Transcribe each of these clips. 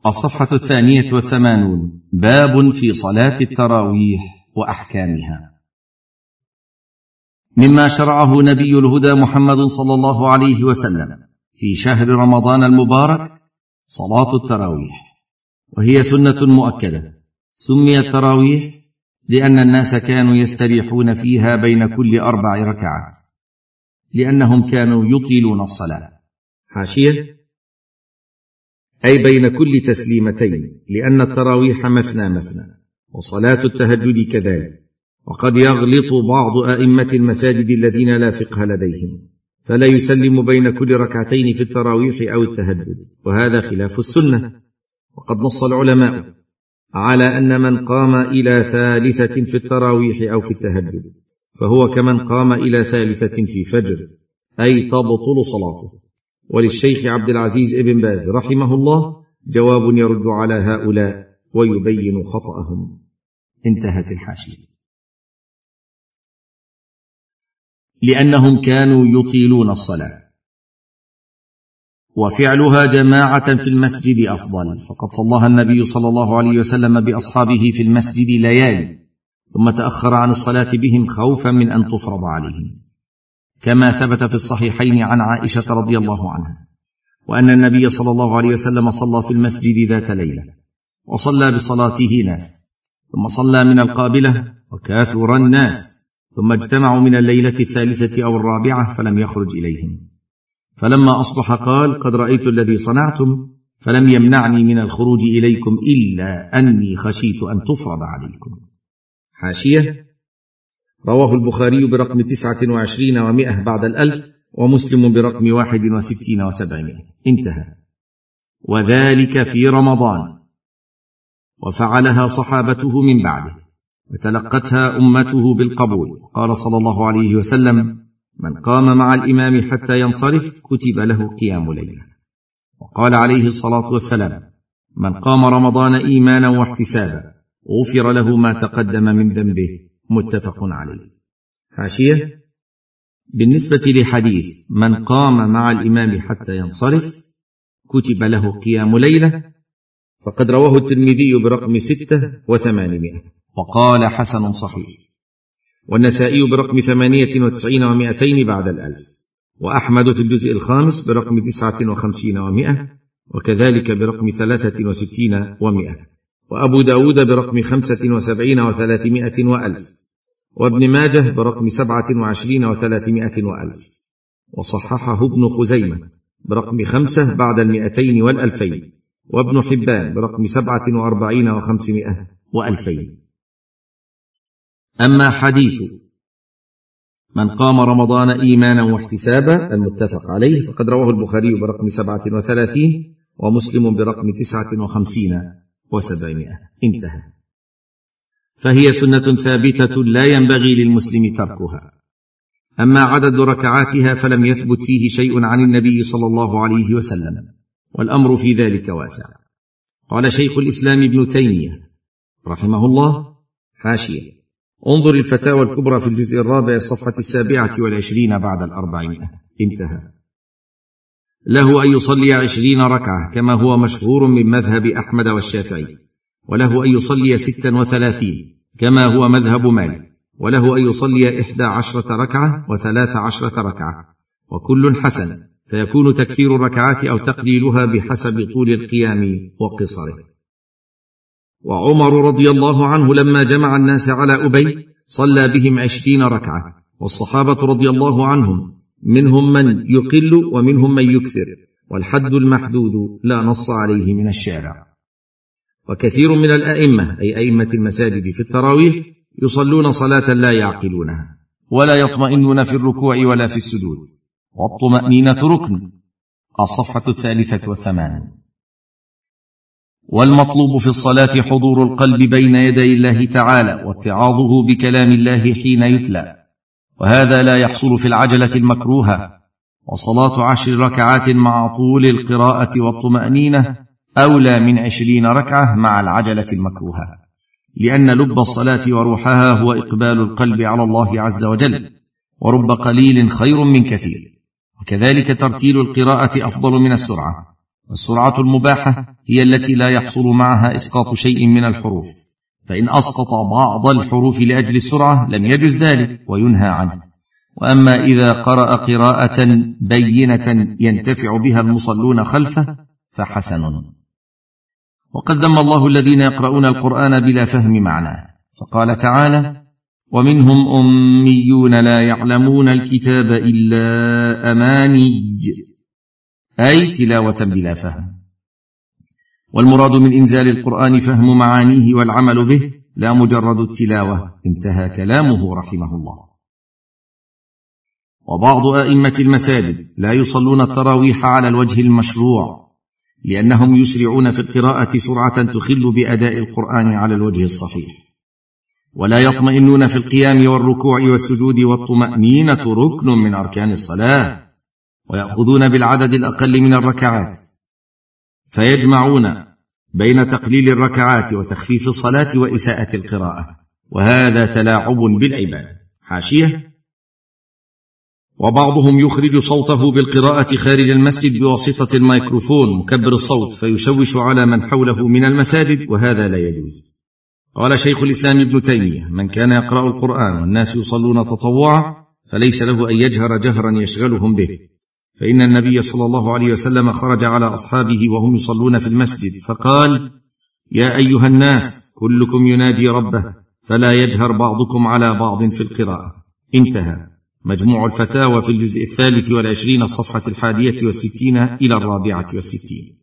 الصفحة 82. باب في صلاة التراويح وأحكامها. مما شرعه نبي الهدى محمد صلى الله عليه وسلم في شهر رمضان المبارك صلاة التراويح، وهي سنة مؤكدة. سميت تراويح لأن الناس كانوا يستريحون فيها بين كل 4 ركعات، لأنهم كانوا يطيلون الصلاة. حاشية: أي بين كل تسليمتين، لأن التراويح مثنى مثنى، وصلاة التهجد كذلك. وقد يغلط بعض أئمة المساجد الذين لا فقه لديهم، فلا يسلم بين كل ركعتين في التراويح أو التهجد، وهذا خلاف السنة. وقد نص العلماء على أن من قام إلى 3 في التراويح أو في التهجد فهو كمن قام إلى 3 في فجر، أي تبطل صلاته. وللشيخ عبد العزيز ابن باز رحمه الله جواب يرد على هؤلاء ويبين خطأهم. انتهت الحاشية. لأنهم كانوا يطيلون الصلاة، وفعلها جماعة في المسجد أفضل، فقد صلىها النبي صلى الله عليه وسلم بأصحابه في المسجد ليالي، ثم تأخر عن الصلاة بهم خوفا من أن تفرض عليهم، كما ثبت في الصحيحين عن عائشة رضي الله عنها، وأن النبي صلى الله عليه وسلم صلى في المسجد ذات ليلة، وصلى بصلاته ناس، ثم صلى من القابلة وكاثر الناس، ثم اجتمعوا من الليلة 3 أو 4 فلم يخرج إليهم، فلما أصبح قال: قد رأيت الذي صنعتم، فلم يمنعني من الخروج إليكم إلا أني خشيت أن تفرض عليكم. حاشية: رواه البخاري برقم 29 و100 بعد 1000، ومسلم برقم 61 و700. انتهى. وذلك في رمضان، وفعلها صحابته من بعده، وتلقتها أمته بالقبول. قال صلى الله عليه وسلم: من قام مع الإمام حتى ينصرف كتب له قيام ليلة. وقال عليه الصلاة والسلام: من قام رمضان إيمانا واحتسابا غفر له ما تقدم من ذنبه. متفق عليه. حاشية: بالنسبة لحديث من قام مع الإمام حتى ينصرف كتب له قيام ليلة، فقد رواه الترمذي برقم 6 و800 وقال حسن صحيح، والنسائي برقم 98 و200 بعد 1000، وأحمد في الجزء الخامس برقم 59 و100، وكذلك برقم 63 و100، وأبو داود برقم 75 و300 و1000، وابن ماجه برقم 27 و300 و1000، وصححه ابن خزيمة برقم 5 بعد 200 و2000، وابن حبان برقم 47 و500 و2000. أما حديث من قام رمضان إيمانا واحتسابا المتفق عليه فقد رواه البخاري برقم 37، ومسلم برقم 59 و700. انتهى. فهي سنة ثابتة لا ينبغي للمسلم تركها. أما عدد ركعاتها فلم يثبت فيه شيء عن النبي صلى الله عليه وسلم، والأمر في ذلك واسع. قال شيخ الإسلام ابن تيمية رحمه الله: حاشية: انظر الفتاوى الكبرى في الجزء 4 الصفحة 27 بعد 400. انتهى. له أن يصلي 20 ركعة كما هو مشهور من مذهب أحمد والشافعي، وله أن يصلي 36 كما هو مذهب مالك، وله أن يصلي 11 ركعة و13 ركعة، وكل حسن، فيكون تكثير الركعات أو تقليلها بحسب طول القيام وقصره. وعمر رضي الله عنه لما جمع الناس على أبي صلى بهم 20 ركعة، والصحابة رضي الله عنهم منهم من يقل ومنهم من يكثر، والحد المحدود لا نص عليه من الشارع. وكثير من الأئمة أي أئمة المساجد في التراويح يصلون صلاة لا يعقلونها، ولا يطمئنون في الركوع ولا في السجود، والطمأنينة ركن. الصفحة 83. والمطلوب في الصلاة حضور القلب بين يدي الله تعالى، واتعاظه بكلام الله حين يتلى، وهذا لا يحصل في العجلة المكروهة. وصلاة 10 ركعات مع طول القراءة والطمأنينة أولى من 20 ركعة مع العجلة المكروهة، لأن لب الصلاة وروحها هو إقبال القلب على الله عز وجل، ورب قليل خير من كثير. وكذلك ترتيل القراءة أفضل من السرعة، والسرعة المباحة هي التي لا يحصل معها إسقاط شيء من الحروف، فإن أسقط بعض الحروف لأجل السرعة لم يجز ذلك وينهى عنه. وأما إذا قرأ قراءة بينة ينتفع بها المصلون خلفه فحسن. وقد ذم الله الذين يقرؤون القرآن بلا فهم معناه، فقال تعالى: ومنهم أميون لا يعلمون الكتاب إلا أماني، أي تلاوة بلا فهم. والمراد من إنزال القرآن فهم معانيه والعمل به، لا مجرد التلاوة. انتهى كلامه رحمه الله. وبعض أئمة المساجد لا يصلون التراويح على الوجه المشروع، لأنهم يسرعون في القراءة سرعة تخل بأداء القرآن على الوجه الصحيح، ولا يطمئنون في القيام والركوع والسجود، والطمأنينة ركن من أركان الصلاة، ويأخذون بالعدد الأقل من الركعات، فيجمعون بين تقليل الركعات وتخفيف الصلاة وإساءة القراءة، وهذا تلاعب بالعباد. حاشية: وبعضهم يخرج صوته بالقراءة خارج المسجد بواسطة الميكروفون مكبر الصوت، فيشوش على من حوله من المساجد، وهذا لا يجوز. قال شيخ الإسلام ابن تيمية: من كان يقرأ القرآن والناس يصلون تطوعا فليس له أن يجهر جهرا يشغلهم به، فإن النبي صلى الله عليه وسلم خرج على أصحابه وهم يصلون في المسجد فقال: يا أيها الناس كلكم يناجي ربه فلا يجهر بعضكم على بعض في القراءة. انتهى. مجموع الفتاوى في الجزء 23 الصفحة 61 إلى 64.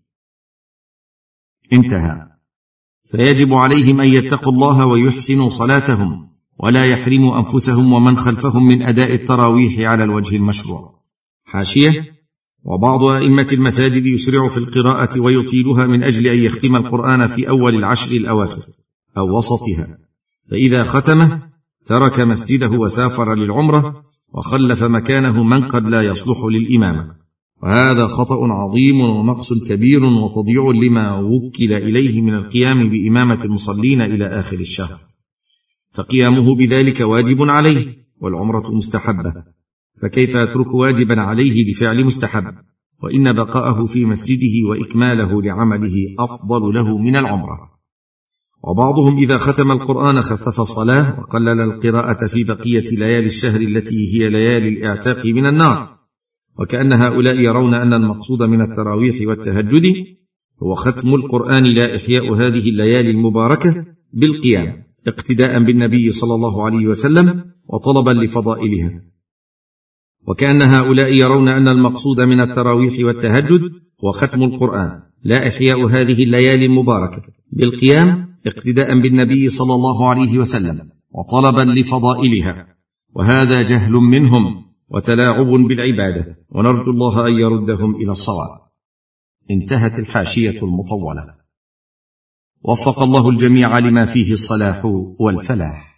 انتهى. فيجب عليهم أن يتقوا الله ويحسنوا صلاتهم، ولا يحرموا أنفسهم ومن خلفهم من أداء التراويح على الوجه المشروع. حاشية: وبعض أئمة المساجد يسرع في القراءة ويطيلها من أجل أن يختم القرآن في أول العشر الأواخر أو وسطها، فإذا ختمه ترك مسجده وسافر للعمرة، وخلف مكانه من قد لا يصلح للإمامة، وهذا خطأ عظيم ونقص كبير وتضييع لما وكل إليه من القيام بإمامة المصلين إلى آخر الشهر، فقيامه بذلك واجب عليه، والعمرة مستحبة، فكيف يترك واجبا عليه لفعل مستحب؟ وإن بقاءه في مسجده وإكماله لعمله أفضل له من العمرة. وبعضهم إذا ختم القرآن خفف الصلاة وقلل القراءة في بقية ليالي الشهر التي هي ليالي الإعتاق من النار، وكأن هؤلاء يرون أن المقصود من التراويح والتهجد هو ختم القرآن لا إحياء هذه الليالي المباركة بالقيام، اقتداء بالنبي صلى الله عليه وسلم وطلبا لفضائلها، وكأن هؤلاء يرون أن المقصود من التراويح والتهجد هو ختم القرآن لا إحياء هذه الليالي المباركة بالقيام، اقتداء بالنبي صلى الله عليه وسلم وطلبا لفضائلها، وهذا جهل منهم وتلاعب بالعبادة، ونرجو الله أن يردهم إلى الصواب. انتهت الحاشية المطولة. وفق الله الجميع لما فيه الصلاح والفلاح.